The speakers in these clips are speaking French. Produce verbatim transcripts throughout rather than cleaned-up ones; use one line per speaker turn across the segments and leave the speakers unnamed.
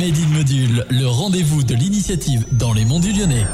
Made in Module, le rendez-vous de l'initiative dans les monts du Lyonnais.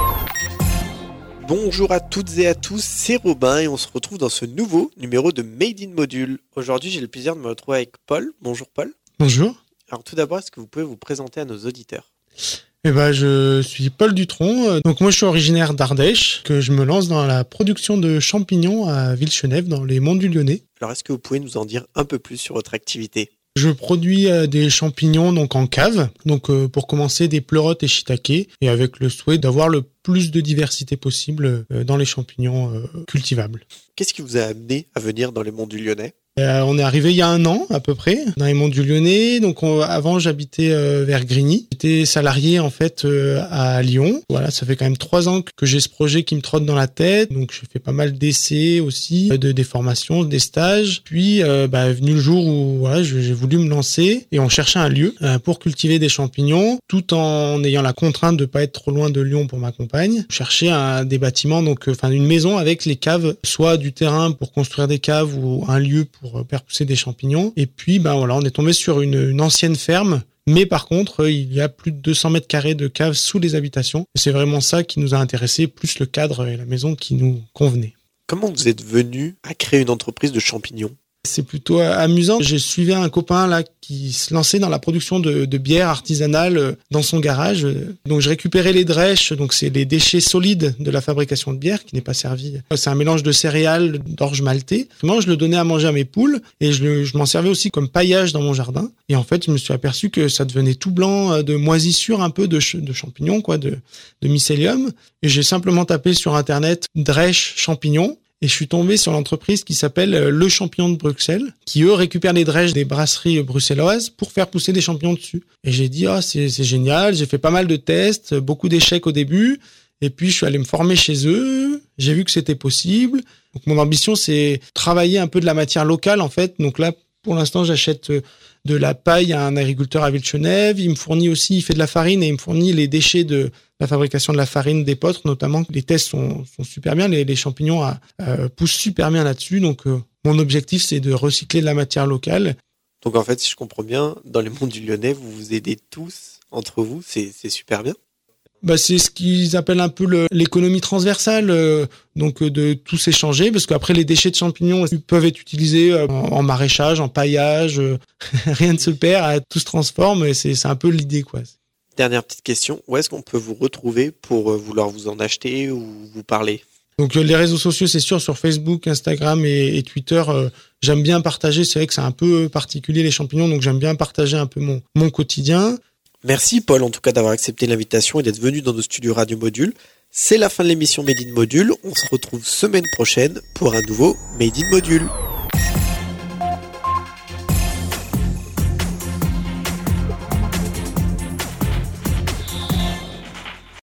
Bonjour à toutes et à tous, c'est Robin et on se retrouve dans ce nouveau numéro de Made in Module. Aujourd'hui, j'ai le plaisir de me retrouver avec Paul. Bonjour Paul.
Bonjour.
Alors tout d'abord, est-ce que vous pouvez vous présenter à nos auditeurs ?
Eh ben, je suis Paul Dutronc. Donc moi, je suis originaire d'Ardèche, que je me lance dans la production de champignons à Villechenève, dans les monts du Lyonnais.
Alors est-ce que vous pouvez nous en dire un peu plus sur votre activité ?
Je produis euh, des champignons donc en cave, donc euh, pour commencer des pleurotes et shiitake, et avec le souhait d'avoir le plus de diversité possible euh, dans les champignons euh, cultivables.
Qu'est-ce qui vous a amené à venir dans les monts du Lyonnais ?
Euh, on est arrivé il y a un an à peu près dans les monts du Lyonnais. Donc on, avant j'habitais euh, vers Grigny. J'étais salarié en fait euh, à Lyon. Voilà, ça fait quand même trois ans que j'ai ce projet qui me trotte dans la tête. Donc j'ai fait pas mal d'essais aussi, de des formations, des stages. Puis euh, bah, est venu le jour où voilà, j'ai voulu me lancer et on cherchait un lieu euh, pour cultiver des champignons, tout en ayant la contrainte de pas être trop loin de Lyon pour ma compagne. Je cherchais un, des bâtiments, donc enfin une maison avec les caves, soit du terrain pour construire des caves ou un lieu pour pour faire pousser des champignons. Et puis, ben voilà, on est tombé sur une, une ancienne ferme. Mais par contre, il y a plus de deux cents mètres carrés de caves sous les habitations. C'est vraiment ça qui nous a intéressés, plus le cadre et la maison qui nous convenait.
Comment vous êtes venu à créer une entreprise de champignons ?
C'est plutôt amusant. J'ai suivi un copain là qui se lançait dans la production de, de bière artisanale dans son garage. Donc je récupérais les drèches, donc c'est les déchets solides de la fabrication de bière qui n'est pas servi. C'est un mélange de céréales, d'orge maltée. Moi, je le donnais à manger à mes poules et je, le, je m'en servais aussi comme paillage dans mon jardin. Et en fait, je me suis aperçu que ça devenait tout blanc de moisissure, un peu de, ch- de champignons, quoi, de, de mycélium. Et j'ai simplement tapé sur internet drèche champignons. Et je suis tombé sur l'entreprise qui s'appelle Le Champignon de Bruxelles, qui eux récupèrent les drèches des brasseries bruxelloises pour faire pousser des champignons dessus. Et j'ai dit, ah, oh, c'est, c'est génial, j'ai fait pas mal de tests, beaucoup d'échecs au début, et puis je suis allé me former chez eux, j'ai vu que c'était possible. Donc mon ambition, c'est travailler un peu de la matière locale, en fait. Donc là, pour l'instant, j'achète de la paille à un agriculteur à Villechenève. Il me fournit aussi, il fait de la farine et il me fournit les déchets de la fabrication de la farine d'épeautre, notamment. Les tests sont, sont super bien. Les, les champignons euh, poussent super bien là-dessus. Donc, euh, mon objectif, c'est de recycler de la matière locale.
Donc, en fait, si je comprends bien, dans les monts du Lyonnais, vous vous aidez tous entre vous. C'est, c'est super bien.
Bah, c'est ce qu'ils appellent un peu le, l'économie transversale, euh, donc euh, de tout s'échanger, parce qu'après les déchets de champignons peuvent être utilisés euh, en, en maraîchage, en paillage, euh, rien ne se perd, tout se transforme, et c'est, c'est un peu l'idée, quoi.
Dernière petite question, où est-ce qu'on peut vous retrouver pour euh, vouloir vous en acheter ou vous parler ?
Donc euh, les réseaux sociaux, c'est sûr, sur Facebook, Instagram et, et Twitter, euh, j'aime bien partager, c'est vrai que c'est un peu particulier les champignons, donc j'aime bien partager un peu mon, mon quotidien.
Merci Paul en tout cas d'avoir accepté l'invitation et d'être venu dans nos studios Radio Module. C'est la fin de l'émission Made in Module. On se retrouve semaine prochaine pour un nouveau Made in Module.